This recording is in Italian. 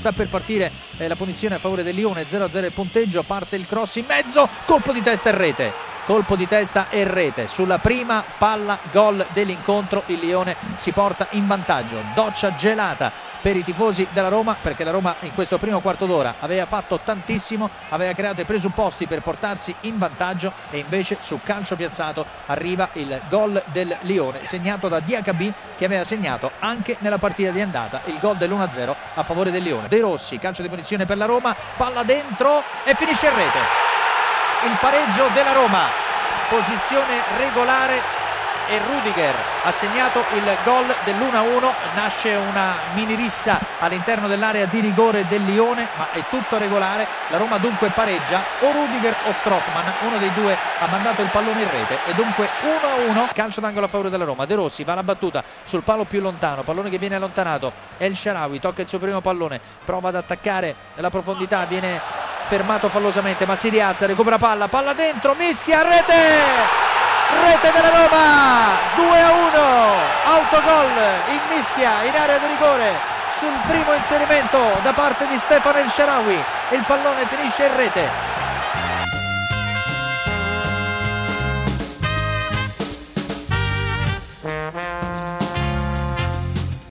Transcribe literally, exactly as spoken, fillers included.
sta per partire eh, la punizione a favore del Lione, zero a zero il punteggio, parte il cross in mezzo, colpo di testa e rete, colpo di testa e rete, sulla prima palla gol dell'incontro il Lione si porta in vantaggio, doccia gelata per i tifosi della Roma, perché la Roma in questo primo quarto d'ora aveva fatto tantissimo, aveva creato i presupposti per portarsi in vantaggio e invece su calcio piazzato arriva il gol del Lione segnato da Diakhaby, che aveva segnato anche nella partita di andata il gol dell'uno a zero a favore del Lione. De Rossi, calcio di punizione per la Roma, palla dentro e finisce in rete. Il pareggio della Roma, posizione regolare, e Rudiger ha segnato il gol dell'uno a uno. Nasce una mini rissa all'interno dell'area di rigore del Lione, ma è tutto regolare. La Roma dunque pareggia, o Rudiger o Strootman, uno dei due ha mandato il pallone in rete e dunque uno a uno. Calcio d'angolo a favore della Roma. De Rossi va alla battuta sul palo più lontano, pallone che viene allontanato. El Shaarawy tocca il suo primo pallone, prova ad attaccare nella profondità, viene fermato fallosamente ma si rialza, recupera palla, palla dentro, mischia, rete! Rete della Roma, due a uno, autogol in mischia in area di rigore sul primo inserimento da parte di Stefano El Shaarawy, il pallone finisce in rete.